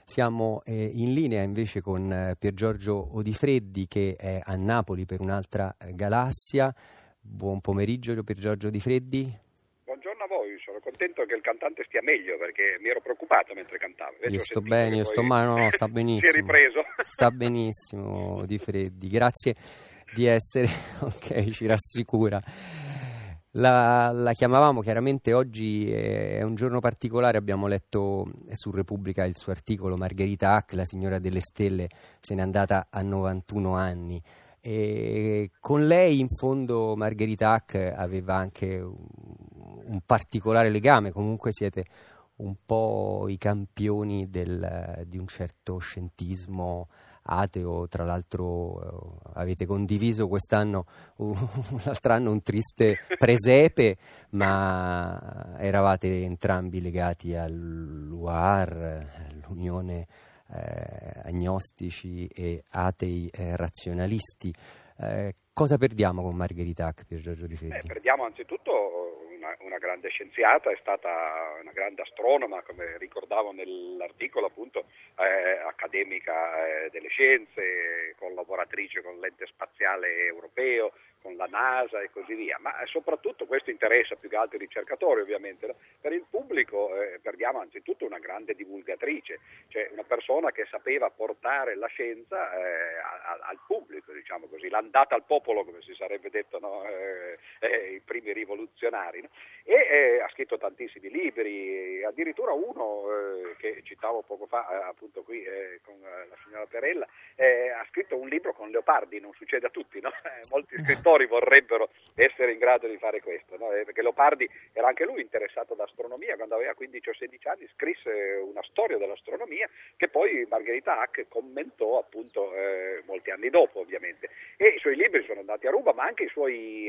Siamo in linea invece con Piergiorgio Odifreddi, che è a Napoli per un'altra galassia. Buon pomeriggio Piergiorgio Odifreddi. Buongiorno a voi, sono contento che il cantante stia meglio perché mi ero preoccupato mentre cantava. Io sto bene, io sto male, no, sta benissimo. Si è ripreso. Sta benissimo Odifreddi, grazie di essere, ok, ci rassicura. La chiamavamo chiaramente, oggi è un giorno particolare, abbiamo letto su Repubblica il suo articolo. Margherita Hack, la signora delle stelle, se n'è andata a 91 anni e con lei in fondo Margherita Hack aveva anche un particolare legame. Comunque siete un po' i campioni di un certo scientismo ateo. Tra l'altro avete condiviso quest'anno, l'altro anno, un triste presepe, ma eravate entrambi legati all'UAR, all'Unione Agnostici e Atei Razionalisti. Cosa perdiamo con Margherita Hack, Piergiorgio Odifreddi? Perdiamo anzitutto una grande scienziata, è stata una grande astronoma, come ricordavo nell'articolo, appunto accademica delle scienze, collaboratrice con l'ente spaziale europeo, con la NASA e così via, ma soprattutto questo interessa più che altro i ricercatori, ovviamente, no? Per il pubblico perdiamo anzitutto una grande divulgatrice, cioè una persona che sapeva portare la scienza al pubblico, diciamo così, l'andata al popolo, come si sarebbe detto, no? I primi rivoluzionari, no? E ha scritto tantissimi libri, addirittura uno che citavo poco fa appunto qui con la signora Perella, ha scritto un libro con Leopardi. Non succede a tutti, no? Molti scrittori vorrebbero essere in grado di fare questo, no? Perché Leopardi era anche lui interessato d'astronomia, quando aveva 15 o 16 anni scrisse una storia dell'astronomia che poi Margherita Hack commentò appunto molti anni dopo, ovviamente, e i suoi libri sono andati a ruba, ma anche i suoi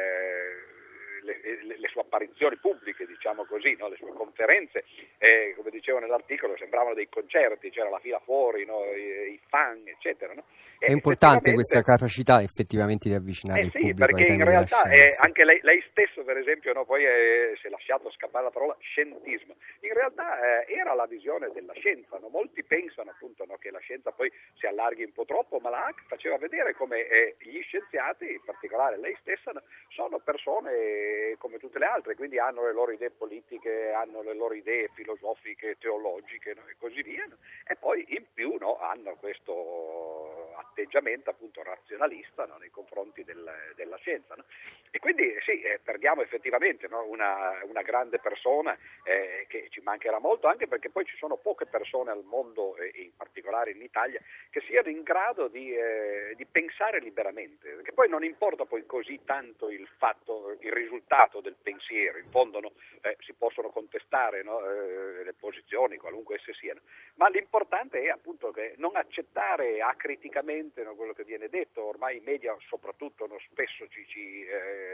le sue apparizioni pubbliche, diciamo così, no? Le sue conferenze, come dicevo nell'articolo, sembravano dei concerti, c'era la fila fuori, no? I fan, eccetera, no? È importante questa capacità effettivamente di avvicinare il pubblico perché in realtà anche lei stesso, per esempio, no? Poi si è lasciato scappare la parola scientismo. In realtà era la visione della scienza, no? Molti pensano appunto, no, che la scienza poi si allarghi un po' troppo, ma la Hack faceva vedere come gli scienziati, in particolare lei stessa, no, sono persone come tutte le altre, quindi hanno le loro idee politiche, hanno le loro idee filosofiche, teologiche, no? E così via, no? E poi in più, no, hanno questo atteggiamento appunto razionalista, no, nei confronti della scienza, no? E quindi sì, perdiamo effettivamente, no, una grande persona che ci mancherà molto, anche perché poi ci sono poche persone al mondo, e in particolare in Italia, che siano in grado di pensare liberamente, perché poi non importa poi così tanto il risultato del pensiero. In fondo, no, si possono contestare, no, le posizioni, qualunque esse siano, ma l'importante è appunto che non accettare acriticamente, no, quello che viene detto. Ormai i media soprattutto, no, spesso ci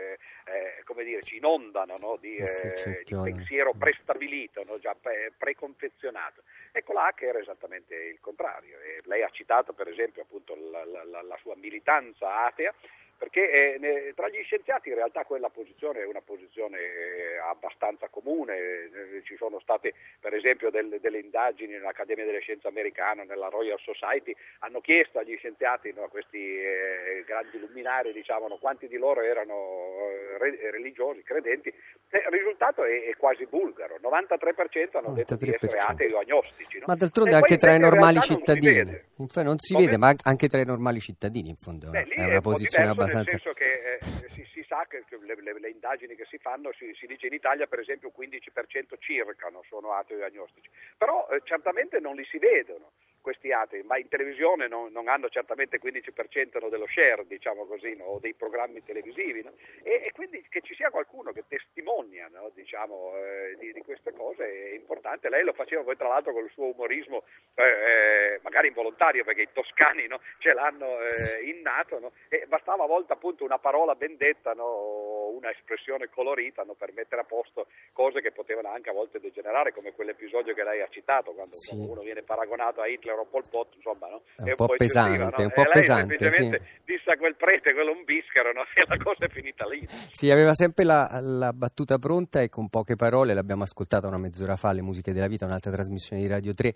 inondano, no, di pensiero prestabilito, no, già preconfezionato. Ecco, la Hack era esattamente il contrario, e lei ha citato per esempio appunto la sua militanza atea, perché tra gli scienziati in realtà quella posizione è una posizione abbastanza comune. Ci sono state per esempio delle indagini nell'Accademia delle Scienze americana, nella Royal Society, hanno chiesto agli scienziati, no, questi grandi luminari, diciamo, no, quanti di loro erano religiosi, credenti. Il risultato è quasi bulgaro, 93% hanno detto di essere atei o agnostici, no? Ma d'altronde anche tra i normali cittadini, non si vede, ma anche tra i normali cittadini in fondo è una posizione abbastanza... Nel senso che si sa che le indagini che si fanno, si dice in Italia per esempio 15% circa, no, sono atei o agnostici, però certamente non li si vedono questi atei, ma in televisione non hanno certamente 15% dello share, diciamo così, no, dei programmi televisivi, no? E quindi che ci sia qualcuno che testimonia, no, diciamo, di queste cose è importante. Lei lo faceva poi tra l'altro con il suo umorismo magari involontario, perché i toscani, no, ce l'hanno innato, no? E bastava a volte appunto una parola ben detta, no, una espressione colorita, per mettere a posto cose che potevano anche a volte degenerare, come quell'episodio che lei ha citato, quando uno viene paragonato a Hitler o Pol Pot, insomma, no? È un po' pesante, no? un po' lei pesante, semplicemente disse a quel prete, quello è un bischero, no? E la cosa è finita lì. Sì, aveva sempre la battuta pronta, e con poche parole. L'abbiamo ascoltata una mezz'ora fa, Le musiche della vita, un'altra trasmissione di Radio 3,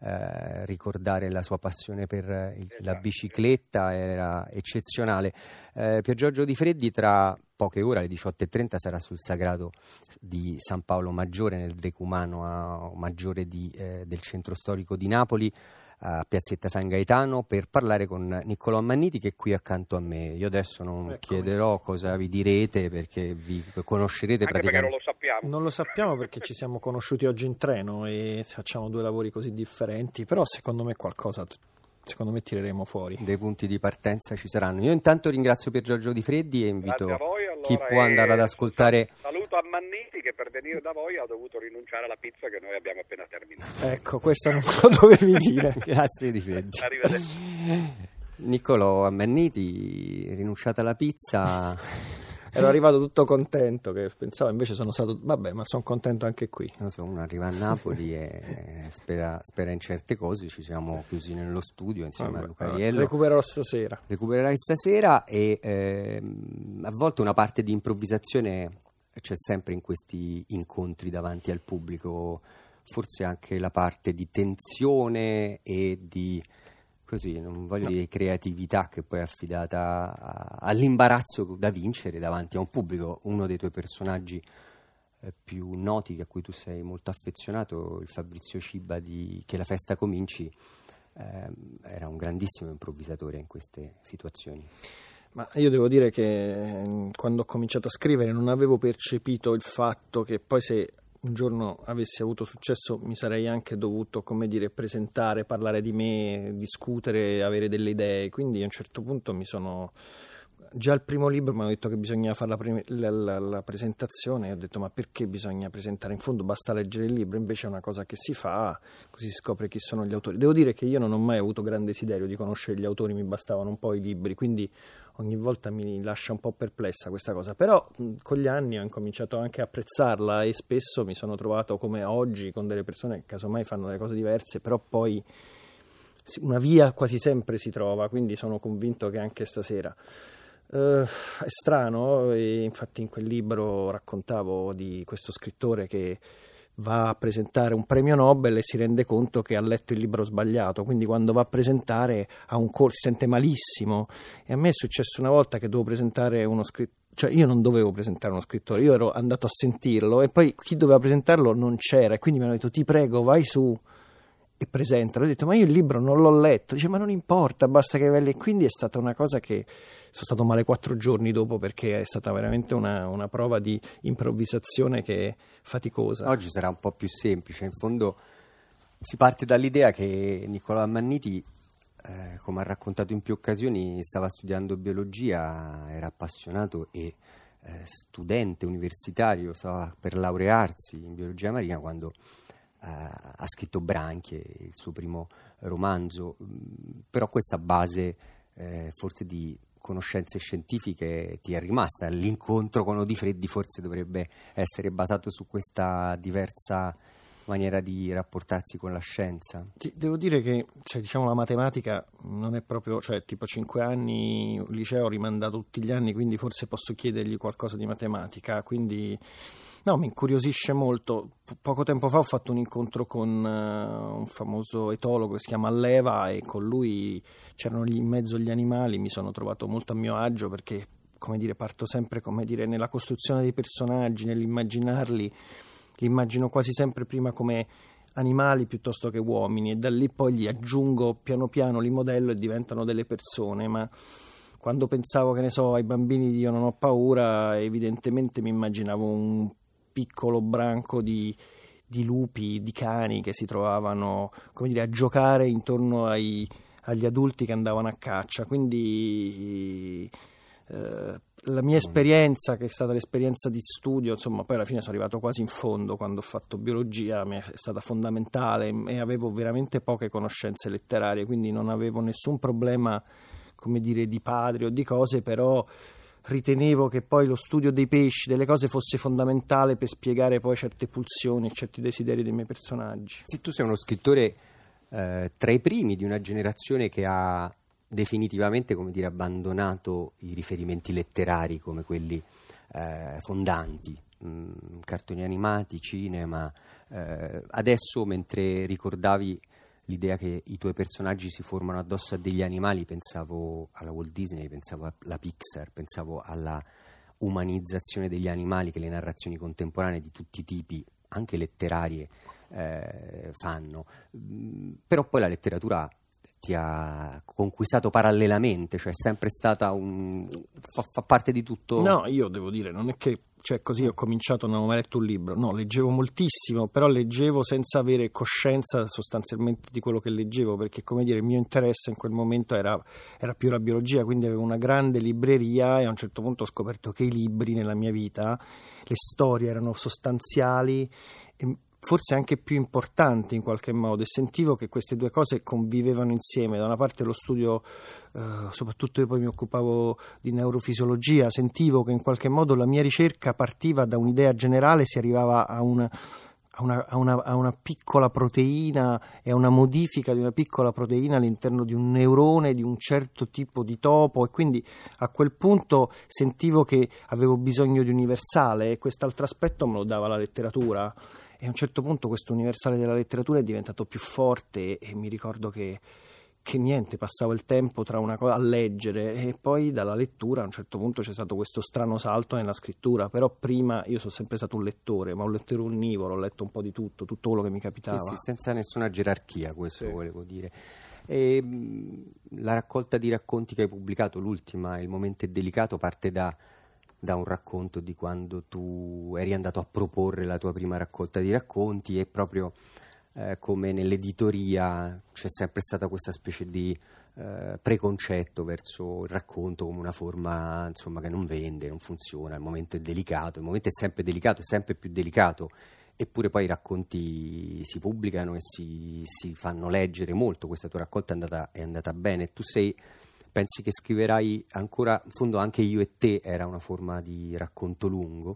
ricordare la sua passione per la bicicletta era eccezionale. Pier Giorgio Di Freddi tra poche ore, alle 18:30, sarà sul Sagrato di San Paolo Maggiore, nel decumano maggiore del centro storico di Napoli, a Piazzetta San Gaetano, per parlare con Niccolò Ammanniti, che è qui accanto a me. Io adesso non chiederò cosa vi direte, perché vi conoscerete anche praticamente. Perché non lo sappiamo. Non lo sappiamo perché ci siamo conosciuti oggi in treno e facciamo due lavori così differenti, però secondo me qualcosa tireremo fuori. Dei punti di partenza ci saranno. Io intanto ringrazio Pier Giorgio Di Freddi e invito voi, allora, chi può andare ad ascoltare. Saluto Ammanniti, che per venire da voi ha dovuto rinunciare alla pizza che noi abbiamo appena terminato. Ecco, questo non lo dovevi dire. Grazie Di Freddi. Arrivederci. Niccolò Ammanniti, rinunciata alla pizza. Ero arrivato tutto contento, che pensavo, invece sono stato, vabbè, ma sono contento anche qui. Non so, uno arriva a Napoli e spera in certe cose. Ci siamo chiusi nello studio insieme a Luca Aiello. Recupererò stasera. Recupererai stasera, e a volte una parte di improvvisazione c'è sempre in questi incontri davanti al pubblico, forse anche la parte di tensione e di, così, non voglio dire creatività, che poi è affidata all'imbarazzo da vincere davanti a un pubblico. Uno dei tuoi personaggi più noti, a cui tu sei molto affezionato, il Fabrizio Ciba di Che la festa cominci, era un grandissimo improvvisatore in queste situazioni. Ma io devo dire che quando ho cominciato a scrivere non avevo percepito il fatto che poi, se un giorno avessi avuto successo, mi sarei anche dovuto, come dire, presentare, parlare di me, discutere, avere delle idee. Quindi a un certo punto già al primo libro mi hanno detto che bisognava fare la presentazione, e ho detto: ma perché bisogna presentare? In fondo basta leggere il libro. Invece è una cosa che si fa, così si scopre chi sono gli autori. Devo dire che io non ho mai avuto grande desiderio di conoscere gli autori, mi bastavano un po' i libri, quindi ogni volta mi lascia un po' perplessa questa cosa, però con gli anni ho incominciato anche a apprezzarla, e spesso mi sono trovato, come oggi, con delle persone che casomai fanno delle cose diverse, però poi una via quasi sempre si trova, quindi sono convinto che anche stasera. È strano, e infatti in quel libro raccontavo di questo scrittore che va a presentare un premio Nobel e si rende conto che ha letto il libro sbagliato, quindi quando va a presentare si sente malissimo. E a me è successo una volta che dovevo presentare uno scrittore, cioè io non dovevo presentare uno scrittore, io ero andato a sentirlo e poi chi doveva presentarlo non c'era, e quindi mi hanno detto: ti prego, vai su e presentalo. Ho detto: ma io il libro non l'ho letto. Dice: ma non importa, basta che vai lì. E quindi è stata una cosa che sono stato male 4 giorni dopo, perché è stata veramente una prova di improvvisazione che è faticosa. Oggi sarà un po' più semplice. In fondo si parte dall'idea che Niccolò Ammanniti, come ha raccontato in più occasioni, stava studiando biologia, era appassionato e studente universitario, stava per laurearsi in biologia marina quando ha scritto Branchie, il suo primo romanzo. Però questa base forse di conoscenze scientifiche ti è rimasta. L'incontro con Di Freddi forse dovrebbe essere basato su questa diversa maniera di rapportarsi con la scienza. Devo dire che, diciamo, la matematica non è proprio, tipo 5 anni al liceo, ho rimandato tutti gli anni, quindi forse posso chiedergli qualcosa di matematica, quindi no, mi incuriosisce molto. Poco tempo fa ho fatto un incontro con un famoso etologo che si chiama Alleva, e con lui c'erano in mezzo gli animali. Mi sono trovato molto a mio agio, perché, come dire, parto sempre, come dire, nella costruzione dei personaggi, nell'immaginarli, li immagino quasi sempre prima come animali piuttosto che uomini, e da lì poi li aggiungo piano piano, li modello e diventano delle persone. Ma quando pensavo, che ne so, ai bambini di Io non ho paura, evidentemente mi immaginavo un piccolo branco di lupi, di cani che si trovavano, come dire, a giocare intorno agli adulti che andavano a caccia. Quindi la mia esperienza, che è stata l'esperienza di studio, insomma, poi alla fine sono arrivato quasi in fondo quando ho fatto biologia, mi è stata fondamentale, e avevo veramente poche conoscenze letterarie, quindi non avevo nessun problema, come dire, di padre o di cose, però ritenevo che poi lo studio dei pesci, delle cose, fosse fondamentale per spiegare poi certe pulsioni e certi desideri dei miei personaggi. Sì, tu sei uno scrittore tra i primi di una generazione che ha definitivamente, come dire, abbandonato i riferimenti letterari come quelli fondanti, cartoni animati, cinema. Adesso, mentre ricordavi l'idea che i tuoi personaggi si formano addosso a degli animali, pensavo alla Walt Disney, pensavo alla Pixar, pensavo alla umanizzazione degli animali che le narrazioni contemporanee di tutti i tipi, anche letterarie, fanno. Però poi la letteratura ti ha conquistato parallelamente, cioè è sempre stata fa parte di tutto? No, io devo dire, non è che così ho cominciato, non ho mai letto un libro, no, leggevo moltissimo, però leggevo senza avere coscienza sostanzialmente di quello che leggevo, perché, come dire, il mio interesse in quel momento era più la biologia, quindi avevo una grande libreria e a un certo punto ho scoperto che i libri nella mia vita, le storie erano sostanziali e forse anche più importanti in qualche modo, e sentivo che queste due cose convivevano insieme. Da una parte lo studio, soprattutto io poi mi occupavo di neurofisiologia, sentivo che in qualche modo la mia ricerca partiva da un'idea generale, si arrivava a una piccola proteina e a una modifica di una piccola proteina all'interno di un neurone di un certo tipo di topo, e quindi a quel punto sentivo che avevo bisogno di universale, e quest'altro aspetto me lo dava la letteratura. E a un certo punto questo universale della letteratura è diventato più forte, e mi ricordo che niente, passavo il tempo tra una cosa a leggere, e poi dalla lettura a un certo punto c'è stato questo strano salto nella scrittura. Però prima io sono sempre stato un lettore, ma un lettore onnivoro, ho letto un po' di tutto quello che mi capitava. Sì, senza nessuna gerarchia, questo sì. Volevo dire. E la raccolta di racconti che hai pubblicato, l'ultima, Il momento è delicato, parte da un racconto di quando tu eri andato a proporre la tua prima raccolta di racconti, e proprio come nell'editoria c'è sempre stata questa specie di preconcetto verso il racconto come una forma, insomma, che non vende, non funziona. Il momento è delicato, il momento è sempre delicato, è sempre più delicato, eppure poi i racconti si pubblicano e si fanno leggere molto. Questa tua raccolta è andata bene. Tu pensi che scriverai ancora? In fondo anche Io e te era una forma di racconto lungo,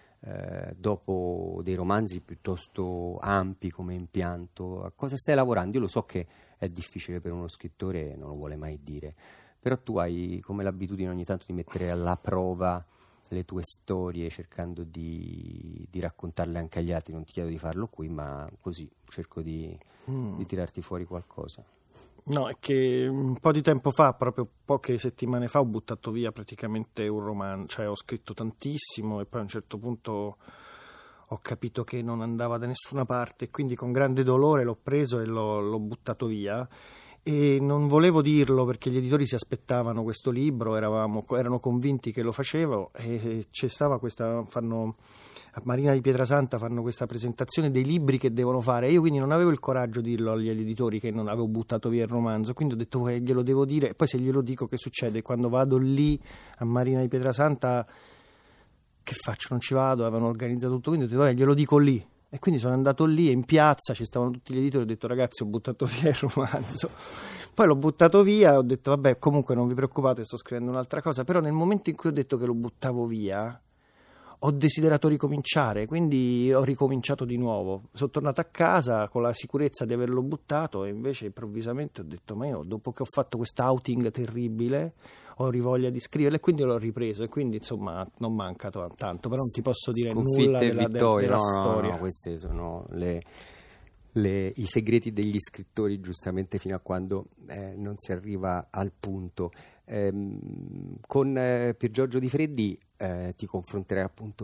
dopo dei romanzi piuttosto ampi come impianto. A cosa stai lavorando? Io lo so che è difficile per uno scrittore, non lo vuole mai dire, però tu hai come l'abitudine ogni tanto di mettere alla prova le tue storie, cercando di raccontarle anche agli altri. Non ti chiedo di farlo qui, ma così cerco di tirarti fuori qualcosa. No, è che un po' di tempo fa, proprio poche settimane fa, ho buttato via praticamente un romanzo, cioè ho scritto tantissimo e poi a un certo punto ho capito che non andava da nessuna parte, e quindi con grande dolore l'ho preso e l'ho buttato via. E non volevo dirlo perché gli editori si aspettavano questo libro, erano convinti che lo facevo, e c'è stava a Marina di Pietrasanta fanno questa presentazione dei libri che devono fare. Io quindi non avevo il coraggio di dirlo agli editori che non avevo buttato via il romanzo, quindi ho detto che glielo devo dire. E poi se glielo dico, che succede? Quando vado lì a Marina di Pietrasanta, che faccio? Non ci vado, avevano organizzato tutto, quindi ho detto glielo dico lì. E quindi sono andato lì, e in piazza ci stavano tutti gli editori, ho detto ragazzi, ho buttato via il romanzo. Poi l'ho buttato via e ho detto vabbè, comunque non vi preoccupate, sto scrivendo un'altra cosa. Però nel momento in cui ho detto che lo buttavo via, ho desiderato ricominciare, quindi ho ricominciato di nuovo. Sono tornato a casa con la sicurezza di averlo buttato, e invece improvvisamente ho detto ma io, dopo che ho fatto questa outing terribile, ho rivoglia di scriverlo, e quindi l'ho ripreso. E quindi insomma non manca tanto, però non ti posso dire nulla della storia. No, queste sono i segreti degli scrittori, giustamente, fino a quando non si arriva al punto. Con Pier Giorgio Di Freddi ti confronterai appunto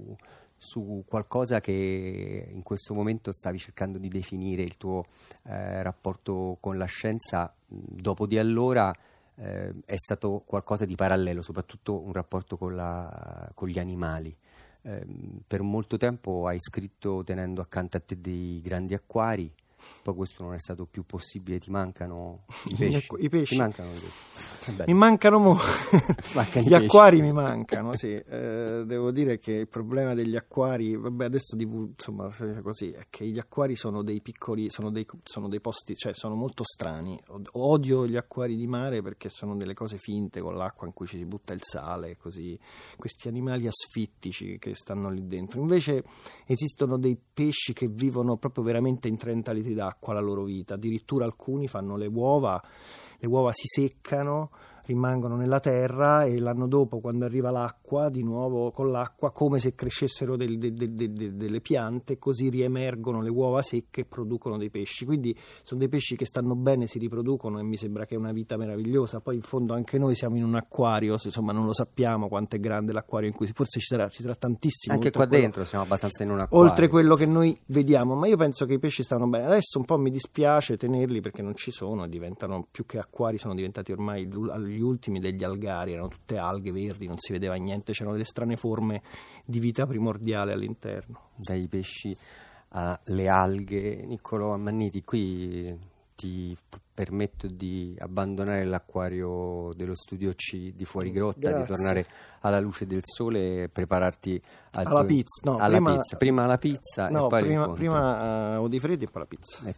su qualcosa che in questo momento stavi cercando di definire, il tuo rapporto con la scienza. Dopo di allora è stato qualcosa di parallelo, soprattutto un rapporto con gli animali. Per molto tempo hai scritto tenendo accanto a te dei grandi acquari, poi questo non è stato più possibile. Ti mancano i pesci? I pesci? Ti mancano i pesci? Mi mancano Mancano gli acquari mi mancano, sì. Devo dire che il problema degli acquari, vabbè, adesso insomma così, è che gli acquari sono dei piccoli, sono dei posti, cioè sono molto strani. Odio gli acquari di mare perché sono delle cose finte con l'acqua in cui ci si butta il sale, così, questi animali asfittici che stanno lì dentro. Invece esistono dei pesci che vivono proprio veramente in 30 litri d'acqua la loro vita, addirittura alcuni fanno le uova si seccano, rimangono nella terra e l'anno dopo, quando arriva l'acqua, di nuovo con l'acqua, come se crescessero delle piante, così riemergono le uova secche e producono dei pesci. Quindi sono dei pesci che stanno bene, si riproducono e mi sembra che è una vita meravigliosa. Poi in fondo anche noi siamo in un acquario, insomma non lo sappiamo quanto è grande l'acquario in cui forse ci sarà tantissimo. Anche qua dentro siamo abbastanza in un acquario. Oltre quello che noi vediamo, ma io penso che i pesci stanno bene. Adesso un po' mi dispiace tenerli perché non ci sono, diventano più che acquari, sono diventati ormai gli ultimi degli algari, erano tutte alghe verdi, non si vedeva niente, c'erano delle strane forme di vita primordiale all'interno. Dai pesci alle alghe, Niccolò Ammanniti, qui ti permetto di abbandonare l'acquario dello Studio C di Fuori Grotta. Grazie. Di tornare alla luce del sole e prepararti alla pizza. No, pizza. Prima alla pizza, no, e poi prima Odifreddi e poi la pizza.